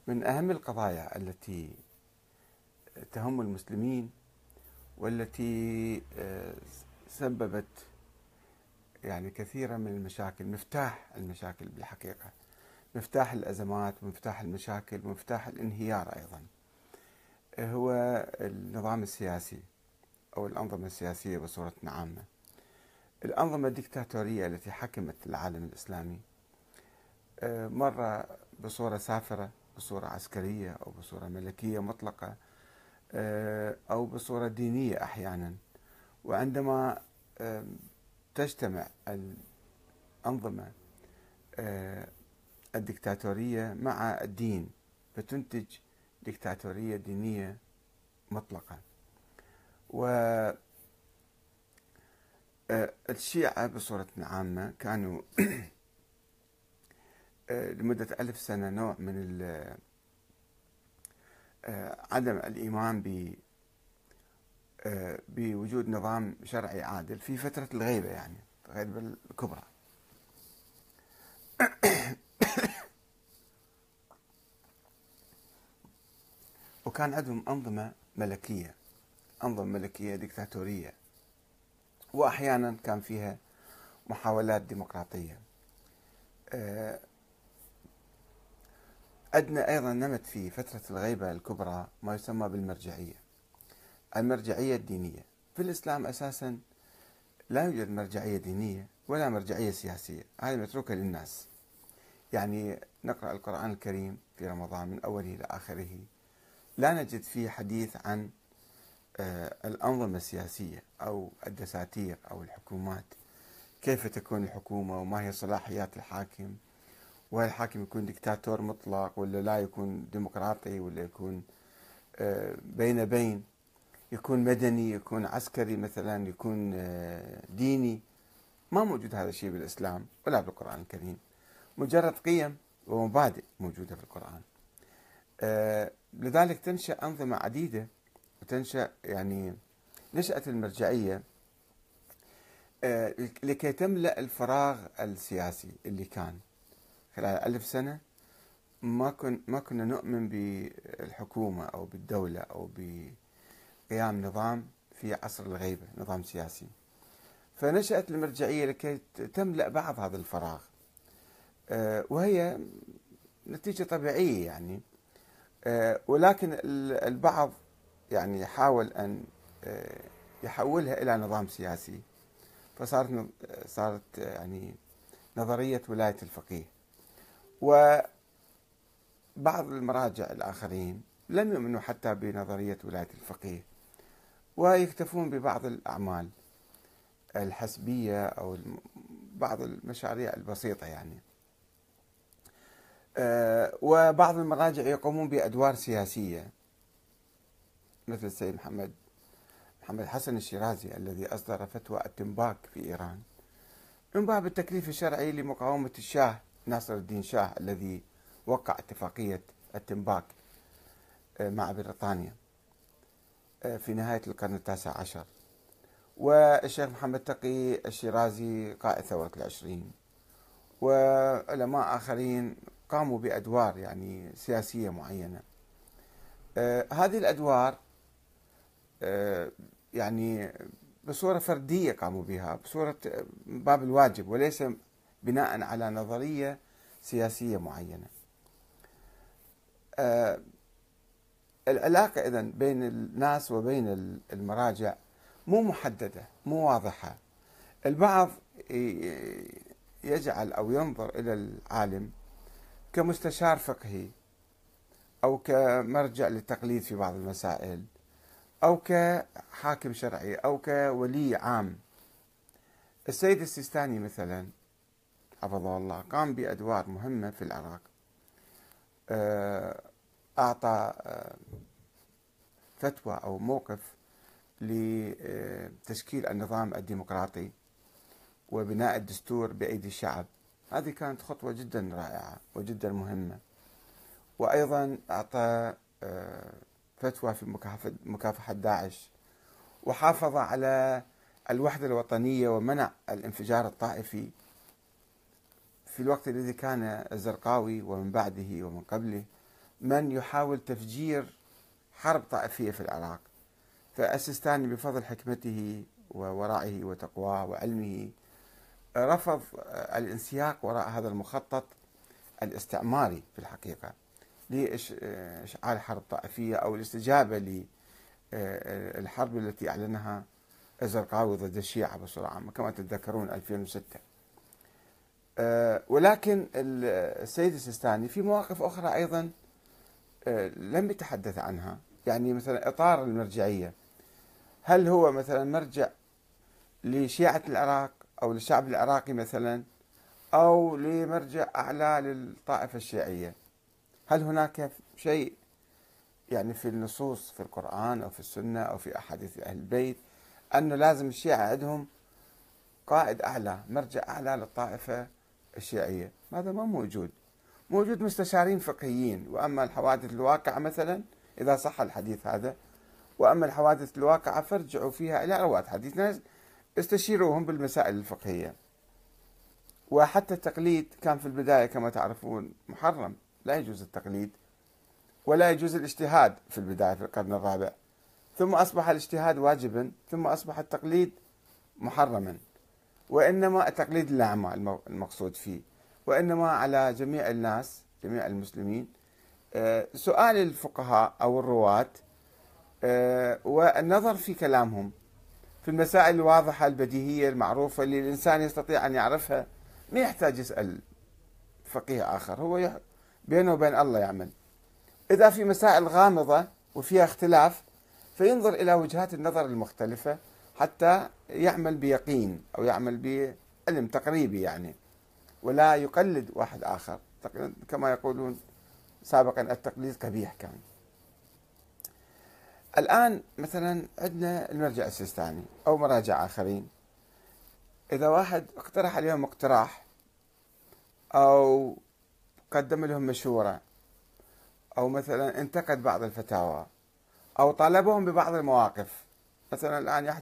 من أهم القضايا التي تهم المسلمين والتي سببت كثيرا من المشاكل، مفتاح المشاكل بالحقيقة، مفتاح الأزمات ومفتاح المشاكل ومفتاح الانهيار أيضا، هو النظام السياسي أو الأنظمة السياسية بصورة عامة. الأنظمة الدكتاتورية التي حكمت العالم الإسلامي مرة بصورة سافرة، بصورة عسكرية أو بصورة ملكية مطلقة، أو بصورة دينية أحيانا. وعندما تجتمع الأنظمة الدكتاتورية مع الدين فتنتج دكتاتورية دينية مطلقة. والشيعة بصورة عامة كانوا لمدة 1000 سنة نوع من عدم الإيمان بوجود نظام شرعي عادل في فترة الغيبة، الغيبة الكبرى. وكان عندهم أنظمة ملكية ديكتاتورية، وأحيانا كان فيها محاولات ديمقراطية. عندنا أيضا نمت في فترة الغيبة الكبرى ما يسمى بالمرجعية، المرجعية الدينية. في الإسلام أساسا لا يوجد مرجعية دينية ولا مرجعية سياسية، هذه متروكة للناس. نقرأ القرآن الكريم في رمضان من أوله إلى آخره، لا نجد فيه حديث عن الأنظمة السياسية أو الدساتير أو الحكومات، كيف تكون الحكومة وما هي صلاحيات الحاكم، وهل الحاكم يكون دكتاتور مطلق ولا لا، يكون ديمقراطي ولا يكون بين، يكون مدني، يكون عسكري مثلا، يكون ديني. ما موجود هذا الشيء بالإسلام ولا بالقرآن الكريم، مجرد قيم ومبادئ موجودة في القرآن. لذلك تنشأ أنظمة عديدة، وتنشأ نشأت المرجعية لكي تملأ الفراغ السياسي اللي كان خلال 1000 سنة. ما كنا نؤمن بالحكومة أو بالدولة أو بقيام نظام في عصر الغيبة، نظام سياسي. فنشأت المرجعية لكي تملأ بعض هذا الفراغ، وهي نتيجة طبيعية ولكن البعض حاول أن يحولها إلى نظام سياسي، صارت نظرية ولاية الفقيه. وبعض المراجع الآخرين لم يؤمنوا حتى بنظرية ولاية الفقيه، ويكتفون ببعض الأعمال الحسبية أو بعض المشاريع البسيطة وبعض المراجع يقومون بأدوار سياسية، مثل السيد محمد حسن الشيرازي الذي أصدر فتوى التنباك في إيران من باب التكليف الشرعي لمقاومة الشاه ناصر الدين شاه الذي وقع اتفاقية التنباك مع بريطانيا في نهاية القرن ال19. والشيخ محمد تقي الشيرازي قائد ثورة العشرين، وعلماء آخرين قاموا بأدوار سياسية معينة. هذه الأدوار بصورة فردية قاموا بها، بصورة باب الواجب، وليس بناء على نظرية سياسية معينة. العلاقة إذن بين الناس وبين المراجع مو محددة، مو واضحة. البعض يجعل أو ينظر إلى العالم كمستشار فقهي أو كمرجع للتقليد في بعض المسائل أو كحاكم شرعي أو كولي عام. السيد السيستاني مثلا حفظه الله قام بأدوار مهمة في العراق، أعطى فتوى أو موقف لتشكيل النظام الديمقراطي وبناء الدستور بأيدي الشعب. هذه كانت خطوة جدا رائعة وجدا مهمة. وأيضا أعطى فتوى في مكافحة داعش، وحافظ على الوحدة الوطنية ومنع الانفجار الطائفي في الوقت الذي كان الزرقاوي ومن بعده ومن قبله من يحاول تفجير حرب طائفية في العراق. فالسيستاني بفضل حكمته وورعه وتقواه وعلمه رفض الانسياق وراء هذا المخطط الاستعماري في الحقيقة لإشعال حرب طائفية أو الاستجابة للحرب التي أعلنها الزرقاوي ضد الشيعة بصورة عامة كما تتذكرون 2006. ولكن السيد السيستاني في مواقف أخرى أيضا لم يتحدث عنها، يعني مثلا إطار المرجعية، هل هو مثلا مرجع لشيعة العراق أو للشعب العراقي مثلا، أو لمرجع أعلى للطائفة الشيعية؟ هل هناك شيء يعني في النصوص في القرآن أو في السنة أو في أحاديث أهل البيت أنه لازم الشيعة عندهم قائد أعلى، مرجع أعلى للطائفة الشيعية؟ هذا ما موجود. موجود مستشارين فقهيين، وأما الحوادث الواقعة مثلا إذا صح الحديث هذا، وأما الحوادث الواقعة فارجعوا فيها إلى رواة حديثنا استشيروهم بالمسائل الفقهية. وحتى التقليد كان في البداية كما تعرفون محرم، لا يجوز التقليد ولا يجوز الاجتهاد في البداية في القرن الرابع، ثم أصبح الاجتهاد واجبا، ثم أصبح التقليد محرما، وإنما التقليد الأعمى المقصود فيه، وإنما على جميع الناس جميع المسلمين سؤال الفقهاء أو الرواة والنظر في كلامهم في المسائل الواضحة البديهية المعروفة اللي الإنسان يستطيع أن يعرفها، ما يحتاج يسأل فقيه آخر، هو بينه وبين الله يعمل. إذا في مسائل غامضة وفيها اختلاف فينظر إلى وجهات النظر المختلفة حتى يعمل بيقين أو يعمل بعلم تقريبي يعني، ولا يقلد واحد آخر. كما يقولون سابقا التقليد قبيح كان. الآن مثلا عندنا المرجع السيستاني أو مراجع آخرين، إذا واحد اقترح عليهم اقتراح أو قدم لهم مشورة أو مثلا انتقد بعض الفتاوى أو طالبهم ببعض المواقف، مثلا الآن